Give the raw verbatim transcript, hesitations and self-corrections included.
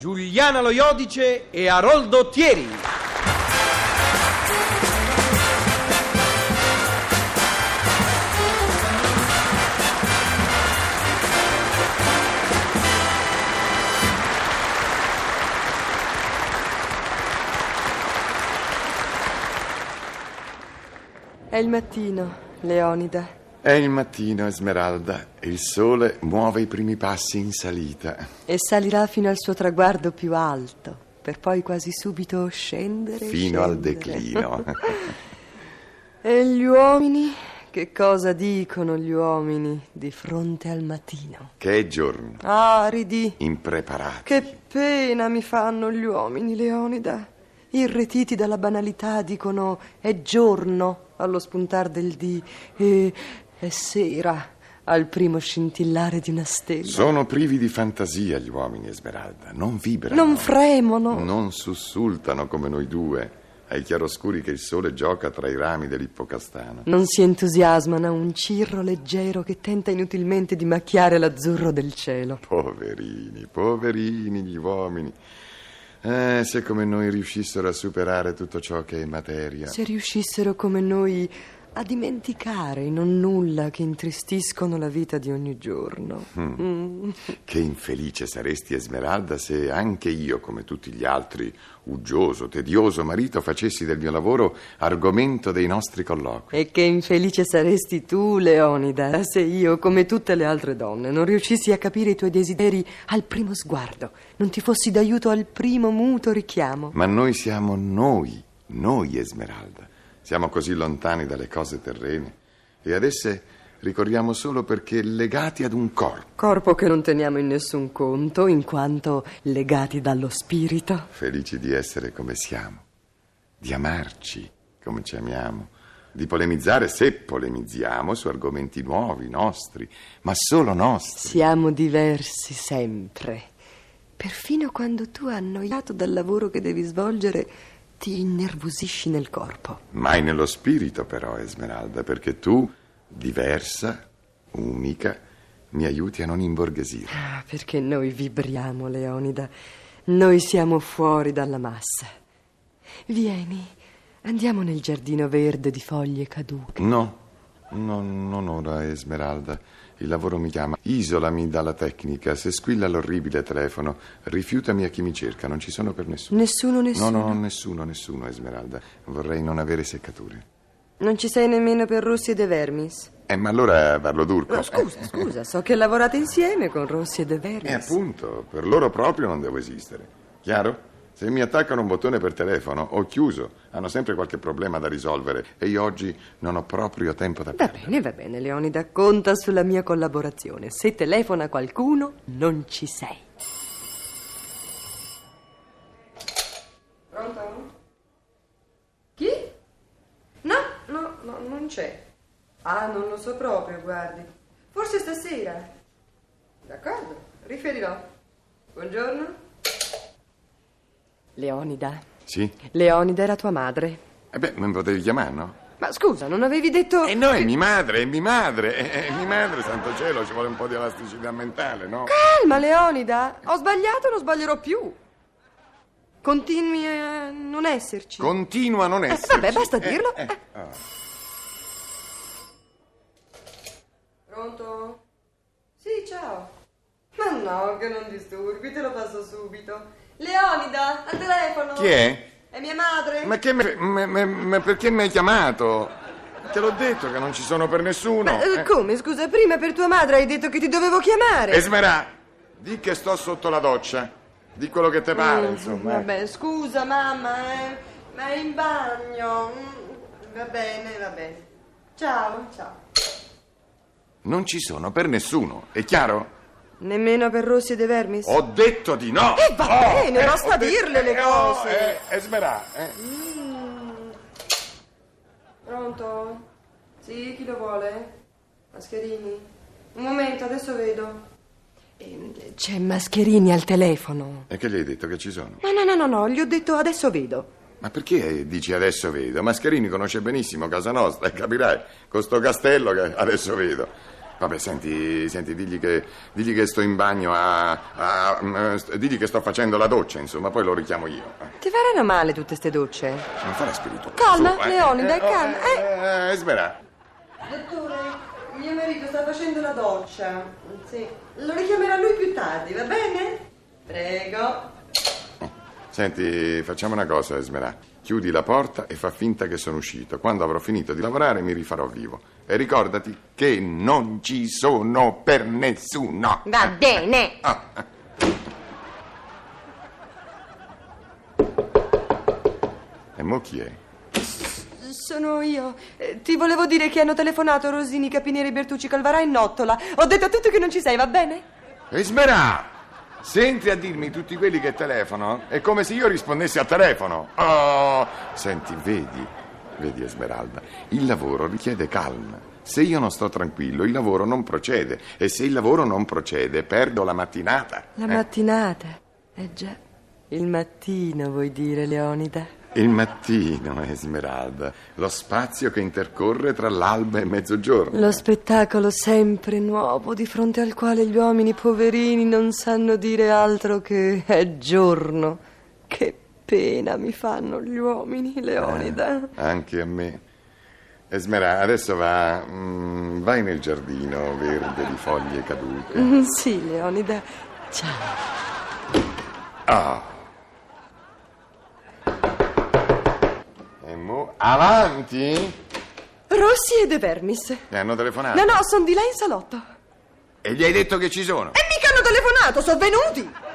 Giuliana Lo Iodice e Aroldo Thieri. È il mattino, Leonida. È il mattino, Esmeralda, e il sole muove i primi passi in salita. E salirà fino al suo traguardo più alto, per poi quasi subito scendere. Fino scendere. al declino. E gli uomini? Che cosa dicono gli uomini di fronte al mattino? Che è giorno. Aridi. Impreparati. Che pena mi fanno gli uomini, Leonida. Irretiti dalla banalità dicono è giorno allo spuntar del dì e è sera al primo scintillare di una stella. Sono privi di fantasia gli uomini, Esmeralda. Non vibrano. Non fremono. Non sussultano come noi due ai chiaroscuri che il sole gioca tra i rami dell'ippocastano. Non si entusiasmano a un cirro leggero che tenta inutilmente di macchiare l'azzurro del cielo. Poverini, poverini gli uomini. Eh, se come noi riuscissero a superare tutto ciò che è materia. Se riuscissero come noi a dimenticare in un nulla che intristiscono la vita di ogni giorno. Mm. Mm. Che infelice saresti, Esmeralda, se anche io, come tutti gli altri, uggioso, tedioso marito, facessi del mio lavoro argomento dei nostri colloqui. E che infelice saresti tu, Leonida, se io, come tutte le altre donne, non riuscissi a capire i tuoi desideri al primo sguardo, non ti fossi d'aiuto al primo muto richiamo. Ma noi siamo noi, noi, Esmeralda. Siamo così lontani dalle cose terrene e ad esse ricorriamo solo perché legati ad un corpo. Corpo che non teniamo in nessun conto, in quanto legati dallo spirito. Felici di essere come siamo, di amarci come ci amiamo, di polemizzare, se polemizziamo, su argomenti nuovi, nostri, ma solo nostri. Siamo diversi sempre. Perfino quando tu, annoiato dal lavoro che devi svolgere, ti innervosisci nel corpo. Mai nello spirito però, Esmeralda, perché tu, diversa, unica, mi aiuti a non imborghesire. Ah, perché noi vibriamo, Leonida. Noi siamo fuori dalla massa. Vieni, andiamo nel giardino verde di foglie cadute. No, no, non ora, Esmeralda. Il lavoro mi chiama. Isolami dalla tecnica. Se squilla l'orribile telefono, rifiutami a chi mi cerca. Non ci sono per nessuno. Nessuno, nessuno? No, no, no, nessuno, nessuno, Esmeralda. Vorrei non avere seccature. Non ci sei nemmeno per Rossi e De Vermis? Eh, ma allora parlo turco. No, scusa, eh. scusa, so che lavorate insieme con Rossi e De Vermis. E appunto, per loro proprio non devo esistere. Chiaro? Se mi attaccano un bottone per telefono, ho chiuso. Hanno sempre qualche problema da risolvere e io oggi non ho proprio tempo da Va perdere. bene, va bene, Leonida, conta sulla mia collaborazione. Se telefona qualcuno, non ci sei. Pronto? Chi? No, no, no, non c'è. Ah, non lo so proprio, guardi. Forse stasera. D'accordo, riferirò. Buongiorno. Leonida. Sì? Leonida era tua madre. Eh beh, mi potevi chiamare, no? Ma scusa, non avevi detto... Eh no, è mia madre, è mia madre, è, è mia madre, santo cielo, ci vuole un po' di elasticità mentale, no? Calma, Leonida, ho sbagliato, non sbaglierò più. Continui a non esserci. Continua a non Eh, esserci. vabbè, basta Eh, dirlo. eh, Eh. oh. Pronto? Sì, ciao. Ma no, che non disturbi, te lo passo subito. Leonida, al telefono. Chi è? È mia madre. Ma, che me, me- me- me- perché mi hai chiamato? Te l'ho detto che non ci sono per nessuno. Ma, eh, Eh. come, scusa, prima per tua madre hai detto che ti dovevo chiamare. Esmerà, di che sto sotto la doccia. Di quello che te pare, Mm, insomma. eh. Vabbè, scusa mamma, eh, ma è in bagno. Mm, Va bene, va bene. Ciao, ciao. Non ci sono per nessuno, è chiaro? Nemmeno per Rossi e De Vermis? Ho detto di no! Eh, va bene, basta ho detto- dirle le eh, oh, cose. eh, Esmerà, eh. Mm. Pronto? Sì, chi lo vuole? Mascherini? Un momento, adesso vedo. Eh, C'è Mascherini al telefono. E che gli hai detto che ci sono? No, no, no, no, no, gli ho detto adesso vedo. Ma perché dici adesso vedo? Mascherini conosce benissimo casa nostra, e capirai, con sto castello che adesso vedo. Vabbè, senti, senti, digli che, digli che sto in bagno a, a, a... digli che sto facendo la doccia, insomma, poi lo richiamo io. Ti faranno male tutte ste docce? Non fare spirito. Calma, Su, eh. Leonida, eh, calma. Eh, Eh. eh, Esmerà. Dottore, mio marito sta facendo la doccia. Sì. Lo richiamerà lui più tardi, va bene? Prego. Senti, facciamo una cosa, Esmerà. Chiudi la porta e fa finta che sono uscito. Quando avrò finito di lavorare mi rifarò vivo. E ricordati che non ci sono per nessuno. Va bene. Ah. E mo chi è? Sono io. Eh, ti volevo dire che hanno telefonato Rosini, Capinieri, Bertucci, Calvarà e Nottola. Ho detto a tutti che non ci sei, va bene? Esmerà! Se entri a dirmi tutti quelli che telefonano, è come se io rispondessi al telefono. Oh! Senti, vedi, vedi Esmeralda, il lavoro richiede calma. Se io non sto tranquillo, il lavoro non procede. E se il lavoro non procede, perdo la mattinata. La Eh? mattinata? Eh già, il mattino vuoi dire, Leonida? Il mattino, Esmeralda, lo spazio che intercorre tra l'alba e mezzogiorno. Lo spettacolo sempre nuovo di fronte al quale gli uomini poverini non sanno dire altro che è giorno. Che pena mi fanno gli uomini, Leonida. Eh, anche a me. Esmeralda, adesso va, mm, vai nel giardino verde di foglie cadute. Mm, sì, Leonida. Ciao. Ah. E mo avanti? Rossi e De Vermis. Mi hanno telefonato. No, no, sono di là in salotto. E gli hai detto che ci sono? E mica hanno telefonato, sono venuti.